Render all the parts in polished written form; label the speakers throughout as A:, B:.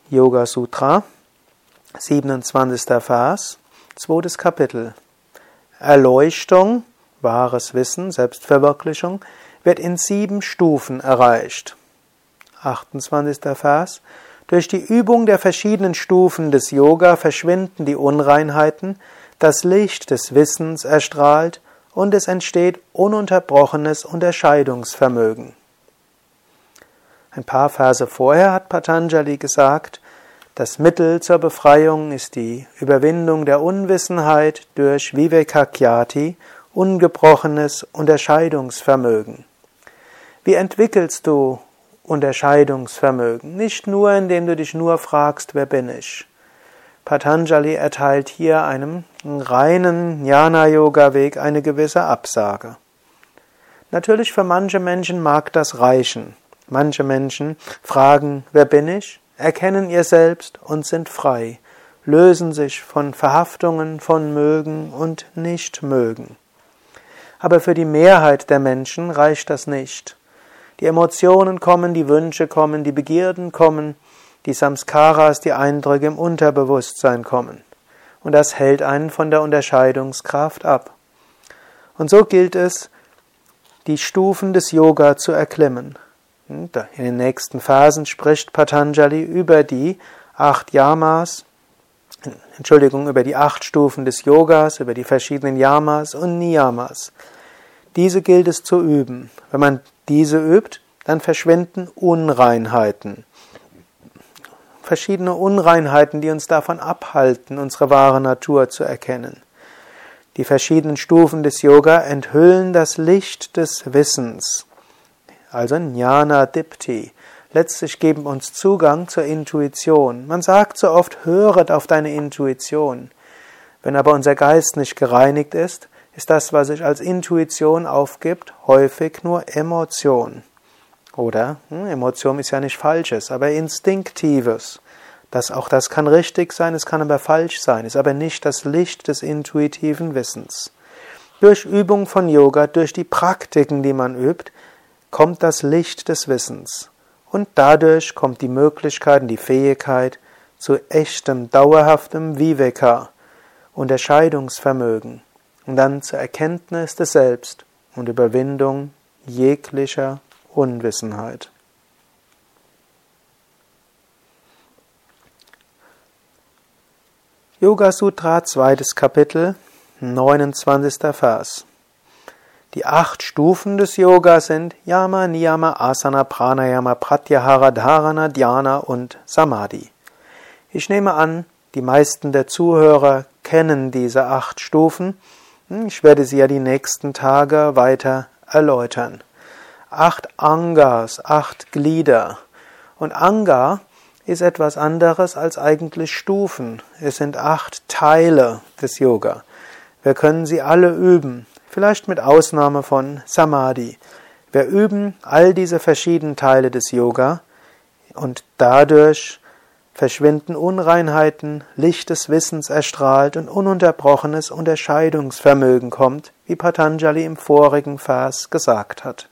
A: Yoga Sutra, 27. Vers, 2. Kapitel. Erleuchtung, wahres Wissen, Selbstverwirklichung, wird in 7 Stufen erreicht. 28. Vers. Durch die Übung der verschiedenen Stufen des Yoga verschwinden die Unreinheiten, das Licht des Wissens erstrahlt und es entsteht ununterbrochenes Unterscheidungsvermögen. Ein paar Verse vorher hat Patanjali gesagt, das Mittel zur Befreiung ist die Überwindung der Unwissenheit durch Vivekakyati, ungebrochenes Unterscheidungsvermögen. Wie entwickelst du Unterscheidungsvermögen? Nicht nur, indem du dich nur fragst, wer bin ich? Patanjali erteilt hier einem reinen Jnana-Yoga-Weg eine gewisse Absage. Natürlich für manche Menschen mag das reichen. Manche Menschen fragen, wer bin ich? Erkennen ihr Selbst und sind frei, lösen sich von Verhaftungen, von Mögen und Nichtmögen. Aber für die Mehrheit der Menschen reicht das nicht. Die Emotionen kommen, die Wünsche kommen, die Begierden kommen, die Samskaras, die Eindrücke im Unterbewusstsein kommen. Und das hält einen von der Unterscheidungskraft ab. Und so gilt es, die Stufen des Yoga zu erklimmen. In den nächsten Versen spricht Patanjali über die 8 Yamas, über die 8 Stufen des Yogas, über die verschiedenen Yamas und Niyamas. Diese gilt es zu üben. Wenn man diese übt, dann verschwinden Unreinheiten. Verschiedene Unreinheiten, die uns davon abhalten, unsere wahre Natur zu erkennen. Die verschiedenen Stufen des Yoga enthüllen das Licht des Wissens. Also Jnana Dipti. Letztlich geben uns Zugang zur Intuition. Man sagt so oft, höret auf deine Intuition. Wenn aber unser Geist nicht gereinigt ist, ist das, was sich als Intuition aufgibt, häufig nur Emotion. Oder, Emotion ist ja nicht Falsches, aber Instinktives. Auch das kann richtig sein, es kann aber falsch sein, ist aber nicht das Licht des intuitiven Wissens. Durch Übung von Yoga, durch die Praktiken, die man übt, kommt das Licht des Wissens. Und dadurch kommt die Möglichkeit und die Fähigkeit zu echtem, dauerhaftem Viveka, Unterscheidungsvermögen und dann zur Erkenntnis des Selbst und Überwindung jeglicher Unwissenheit. Yoga Sutra, 2. Kapitel, 29. Vers. Die 8 Stufen des Yoga sind Yama, Niyama, Asana, Pranayama, Pratyahara, Dharana, Dhyana und Samadhi. Ich nehme an, die meisten der Zuhörer kennen diese 8 Stufen. Ich werde sie ja die nächsten Tage weiter erläutern. 8 Angas, 8 Glieder. Und Anga ist etwas anderes als eigentlich Stufen. Es sind 8 Teile des Yoga. Wir können sie alle üben. Vielleicht mit Ausnahme von Samadhi. Wir üben all diese verschiedenen Teile des Yoga und dadurch verschwinden Unreinheiten, Licht des Wissens erstrahlt und ununterbrochenes Unterscheidungsvermögen kommt, wie Patanjali im vorigen Vers gesagt hat.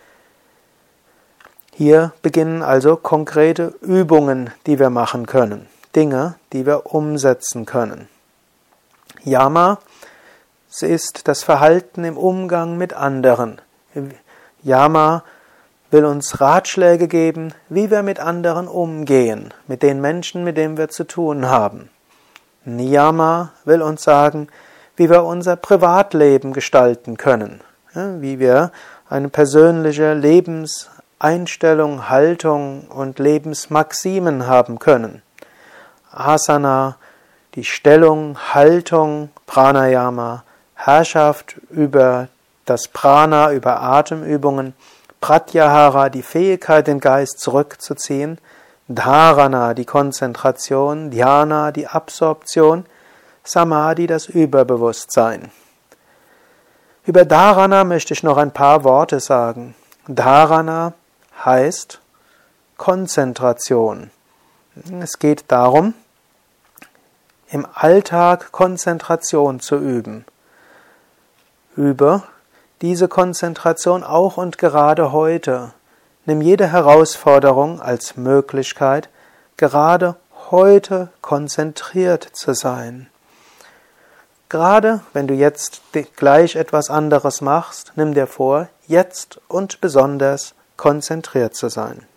A: Hier beginnen also konkrete Übungen, die wir machen können, Dinge, die wir umsetzen können. Yama ist das Verhalten im Umgang mit anderen. Yama will uns Ratschläge geben, wie wir mit anderen umgehen, mit den Menschen, mit denen wir zu tun haben. Niyama will uns sagen, wie wir unser Privatleben gestalten können, wie wir eine persönliche Lebenseinstellung, Haltung und Lebensmaximen haben können. Asana, die Stellung, Haltung, Pranayama, Herrschaft über das Prana, über Atemübungen, Pratyahara, die Fähigkeit, den Geist zurückzuziehen, Dharana, die Konzentration, Dhyana, die Absorption, Samadhi, das Überbewusstsein. Über Dharana möchte ich noch ein paar Worte sagen. Dharana heißt Konzentration. Es geht darum, im Alltag Konzentration zu üben. Übe diese Konzentration auch und gerade heute. Nimm jede Herausforderung als Möglichkeit, gerade heute konzentriert zu sein. Gerade wenn du jetzt gleich etwas anderes machst, nimm dir vor, jetzt und besonders konzentriert zu sein.